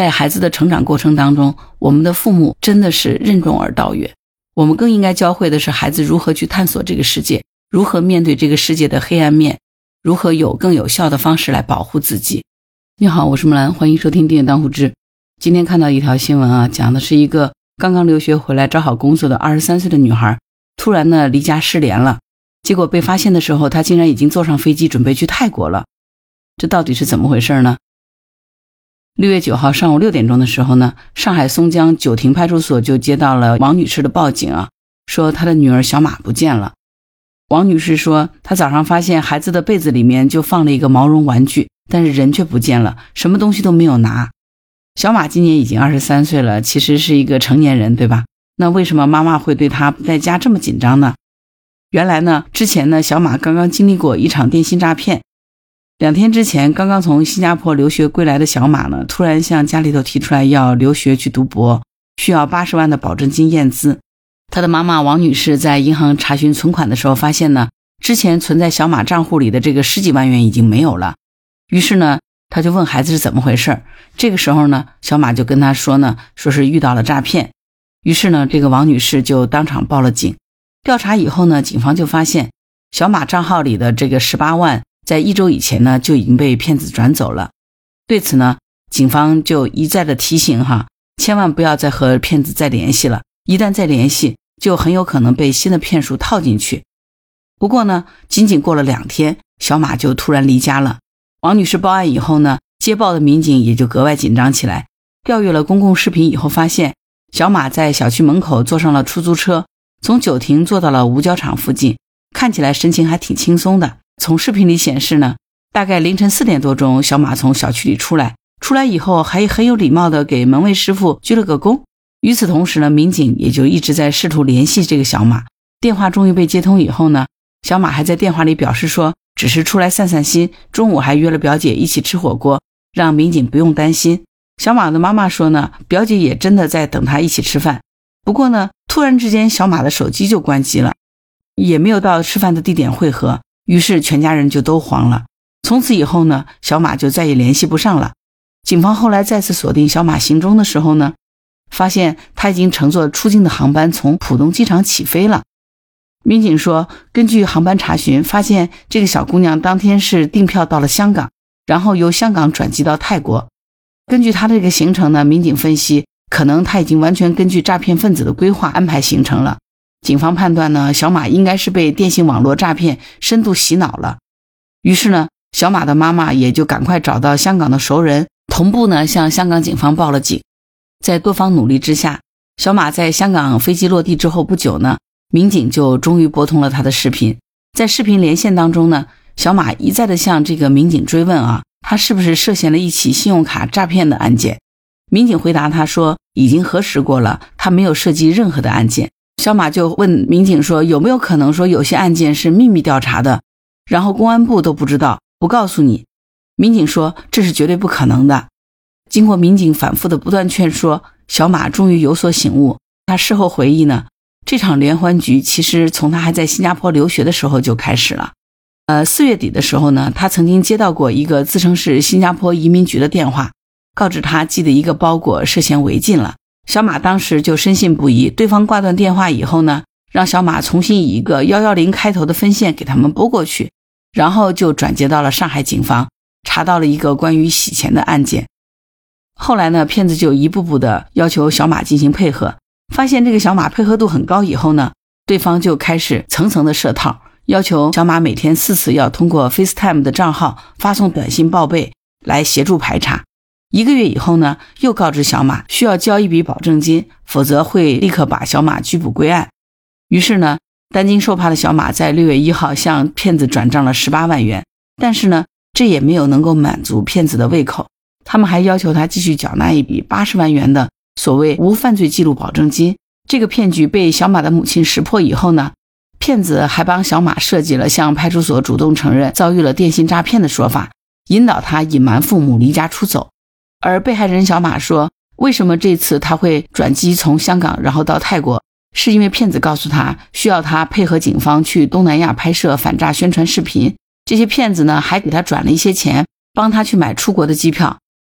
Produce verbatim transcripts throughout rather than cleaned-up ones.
在孩子的成长过程当中，我们的父母真的是任重而道远，我们更应该教会的是孩子如何去探索这个世界，如何面对这个世界的黑暗面，如何有更有效的方式来保护自己。你好，我是木兰，欢迎收听订阅当户知。今天看到一条新闻啊，讲的是一个刚刚留学回来找好工作的二十三岁的女孩，突然呢离家失联了，结果被发现的时候，她竟然已经坐上飞机准备去泰国了。这到底是怎么回事呢？六月九号上午六点钟的时候呢，上海松江九亭派出所就接到了王女士的报警啊，说她的女儿小马不见了。王女士说，她早上发现孩子的被子里面就放了一个毛绒玩具，但是人却不见了，什么东西都没有拿。小马今年已经二十三岁了，其实是一个成年人，对吧？那为什么妈妈会对她不在家这么紧张呢？原来呢，之前呢，小马刚刚经历过一场电信诈骗。两天之前，刚刚从新加坡留学归来的小马呢，突然向家里头提出来要留学去读博，需要八十万的保证金验资。他的妈妈王女士在银行查询存款的时候发现呢，之前存在小马账户里的这个十几万元已经没有了。于是呢，他就问孩子是怎么回事。这个时候呢，小马就跟他说呢，说是遇到了诈骗。于是呢，这个王女士就当场报了警。调查以后呢，警方就发现小马账号里的这个十八万在一周以前呢就已经被骗子转走了。对此呢，警方就一再的提醒哈，千万不要再和骗子再联系了，一旦再联系就很有可能被新的骗术套进去。不过呢，仅仅过了两天，小马就突然离家了。王女士报案以后呢，接报的民警也就格外紧张起来，调阅了公共视频以后发现，小马在小区门口坐上了出租车，从九亭坐到了五角场附近，看起来神情还挺轻松的。从视频里显示呢，大概凌晨四点多钟，小马从小区里出来，出来以后还很有礼貌的给门卫师傅鞠了个躬。与此同时呢，民警也就一直在试图联系这个小马。电话终于被接通以后呢，小马还在电话里表示说，只是出来散散心，中午还约了表姐一起吃火锅，让民警不用担心。小马的妈妈说呢，表姐也真的在等他一起吃饭。不过呢，突然之间小马的手机就关机了，也没有到吃饭的地点汇合。于是全家人就都慌了。从此以后呢，小马就再也联系不上了。警方后来再次锁定小马行踪的时候呢，发现他已经乘坐出境的航班从浦东机场起飞了。民警说，根据航班查询，发现这个小姑娘当天是订票到了香港，然后由香港转机到泰国。根据她的这个行程呢，民警分析，可能她已经完全根据诈骗分子的规划安排行程了。警方判断呢，小马应该是被电信网络诈骗深度洗脑了。于是呢，小马的妈妈也就赶快找到香港的熟人，同步呢向香港警方报了警。在多方努力之下，小马在香港飞机落地之后不久呢，民警就终于拨通了他的视频。在视频连线当中呢，小马一再的向这个民警追问啊，他是不是涉嫌了一起信用卡诈骗的案件。民警回答他说，已经核实过了，他没有涉及任何的案件。小马就问民警说，有没有可能说有些案件是秘密调查的，然后公安部都不知道，不告诉你。民警说，这是绝对不可能的。经过民警反复的不断劝说，小马终于有所醒悟。他事后回忆呢，这场连环局其实从他还在新加坡留学的时候就开始了。呃，四月底的时候呢，他曾经接到过一个自称是新加坡移民局的电话，告知他寄的一个包裹涉嫌违禁了。小马当时就深信不疑，对方挂断电话以后呢，让小马重新以一个一一零开头的分线给他们拨过去，然后就转接到了上海警方，查到了一个关于洗钱的案件。后来呢，骗子就一步步的要求小马进行配合，发现这个小马配合度很高以后呢，对方就开始层层的设套，要求小马每天四次要通过 FaceTime 的账号发送短信报备来协助排查。一个月以后呢，又告知小马需要交一笔保证金，否则会立刻把小马拘捕归案。于是呢，担惊受怕的小马在六月一号向骗子转账了十八万元，但是呢，这也没有能够满足骗子的胃口，他们还要求他继续缴纳一笔八十万元的所谓无犯罪记录保证金。这个骗局被小马的母亲识破以后呢，骗子还帮小马设计了向派出所主动承认遭遇了电信诈骗的说法，引导他隐瞒父母离家出走。而被害人小马说，为什么这次他会转机从香港然后到泰国，是因为骗子告诉他需要他配合警方去东南亚拍摄反诈宣传视频。这些骗子呢还给他转了一些钱，帮他去买出国的机票。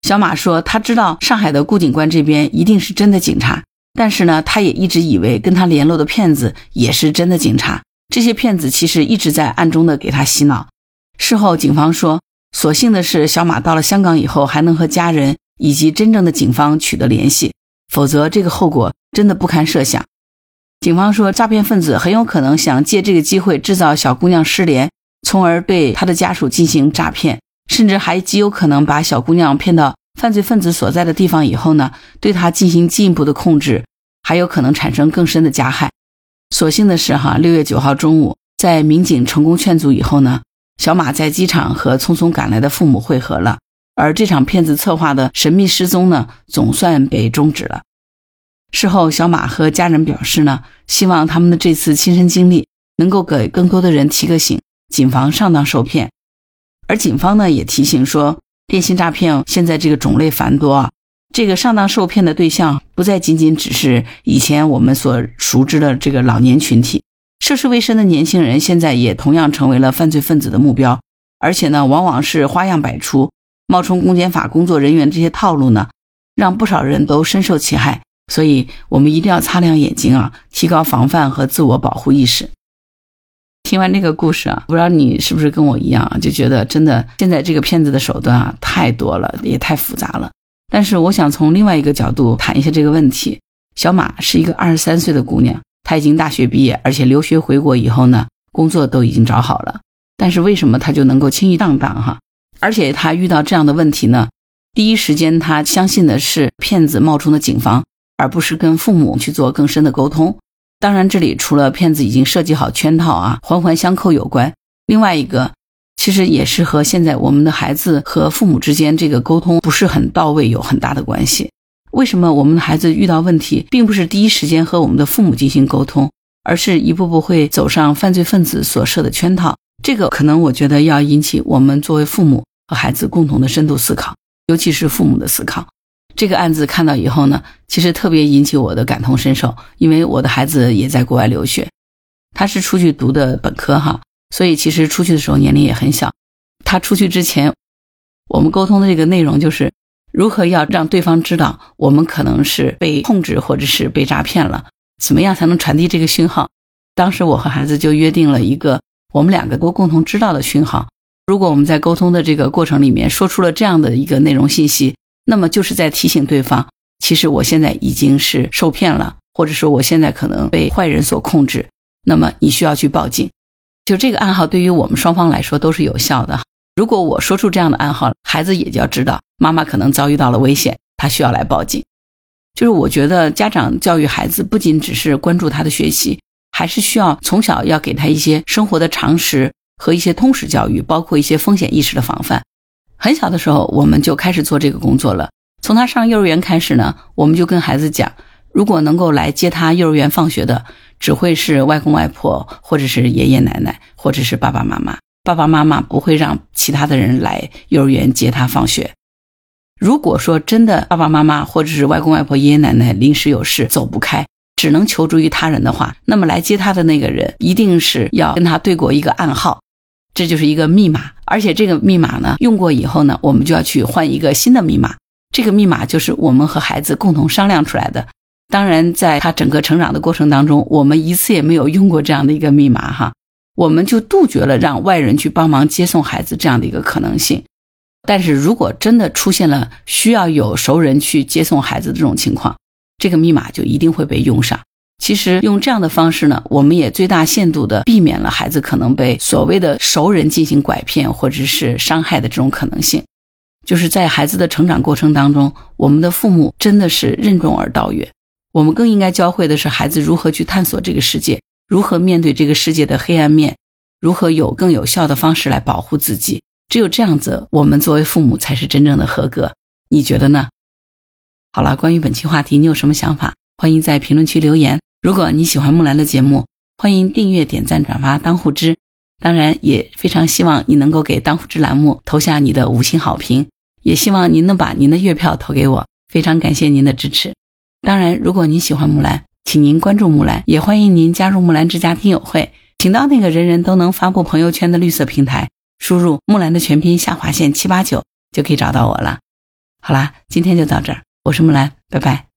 小马说他知道上海的顾警官这边一定是真的警察，但是呢，他也一直以为跟他联络的骗子也是真的警察，这些骗子其实一直在暗中的给他洗脑。事后警方说，所幸的是小马到了香港以后还能和家人以及真正的警方取得联系，否则这个后果真的不堪设想。警方说，诈骗分子很有可能想借这个机会制造小姑娘失联，从而对她的家属进行诈骗，甚至还极有可能把小姑娘骗到犯罪分子所在的地方以后呢，对她进行进一步的控制，还有可能产生更深的加害。所幸的是哈，六月九号中午，在民警成功劝阻以后呢，小马在机场和匆匆赶来的父母会合了，而这场骗子策划的神秘失踪呢，总算被终止了。事后小马和家人表示呢，希望他们的这次亲身经历能够给更多的人提个醒，谨防上当受骗。而警方呢也提醒说，电信诈骗现在这个种类繁多啊，这个上当受骗的对象不再仅仅只是以前我们所熟知的这个老年群体，涉世未深的年轻人现在也同样成为了犯罪分子的目标，而且呢往往是花样百出，冒充公检法工作人员这些套路呢，让不少人都深受其害。所以我们一定要擦亮眼睛啊，提高防范和自我保护意识。听完这个故事啊，不知道你是不是跟我一样啊，就觉得真的现在这个骗子的手段啊太多了，也太复杂了。但是我想从另外一个角度谈一下这个问题。小马是一个二十三岁的姑娘，她已经大学毕业，而且留学回国以后呢，工作都已经找好了。但是为什么她就能够轻易上当哈？而且她遇到这样的问题呢，第一时间她相信的是骗子冒充的警方，而不是跟父母去做更深的沟通。当然这里除了骗子已经设计好圈套啊，环环相扣有关，另外一个其实也是和现在我们的孩子和父母之间这个沟通不是很到位有很大的关系。为什么我们的孩子遇到问题并不是第一时间和我们的父母进行沟通，而是一步步会走上犯罪分子所设的圈套？这个可能我觉得要引起我们作为父母和孩子共同的深度思考，尤其是父母的思考。这个案子看到以后呢，其实特别引起我的感同身受，因为我的孩子也在国外留学，他是出去读的本科哈，所以其实出去的时候年龄也很小。他出去之前，我们沟通的这个内容就是如何要让对方知道我们可能是被控制或者是被诈骗了，怎么样才能传递这个讯号。当时我和孩子就约定了一个我们两个都共同知道的讯号，如果我们在沟通的这个过程里面说出了这样的一个内容信息，那么就是在提醒对方，其实我现在已经是受骗了，或者说我现在可能被坏人所控制，那么你需要去报警。就这个暗号对于我们双方来说都是有效的。如果我说出这样的暗号，孩子也就要知道妈妈可能遭遇到了危险，他需要来报警。就是我觉得家长教育孩子不仅只是关注他的学习，还是需要从小要给他一些生活的常识和一些通识教育，包括一些风险意识的防范。很小的时候我们就开始做这个工作了，从他上幼儿园开始呢，我们就跟孩子讲，如果能够来接他幼儿园放学的只会是外公外婆，或者是爷爷奶奶，或者是爸爸妈妈，爸爸妈妈不会让其他的人来幼儿园接他放学。如果说真的爸爸妈妈或者是外公外婆爷爷奶奶临时有事走不开，只能求助于他人的话，那么来接他的那个人一定是要跟他对过一个暗号，这就是一个密码。而且这个密码呢用过以后呢，我们就要去换一个新的密码，这个密码就是我们和孩子共同商量出来的。当然在他整个成长的过程当中，我们一次也没有用过这样的一个密码哈，我们就杜绝了让外人去帮忙接送孩子这样的一个可能性。但是如果真的出现了需要有熟人去接送孩子的这种情况，这个密码就一定会被用上。其实用这样的方式呢，我们也最大限度的避免了孩子可能被所谓的熟人进行拐骗或者是伤害的这种可能性。就是在孩子的成长过程当中，我们的父母真的是任重而道远，我们更应该教会的是孩子如何去探索这个世界，如何面对这个世界的黑暗面，如何有更有效的方式来保护自己。只有这样子，我们作为父母才是真正的合格。你觉得呢？好了，关于本期话题你有什么想法？欢迎在评论区留言。如果你喜欢木兰的节目，欢迎订阅、点赞、转发当户知。当然也非常希望你能够给当户知栏目投下你的五星好评，也希望您能把您的月票投给我，非常感谢您的支持。当然如果您喜欢木兰，请您关注木兰，也欢迎您加入木兰之家听友会，请到那个人人都能发布朋友圈的绿色平台，输入木兰的全拼下划线七八九就可以找到我了。 好啦，今天就到这儿，我是木兰，拜拜。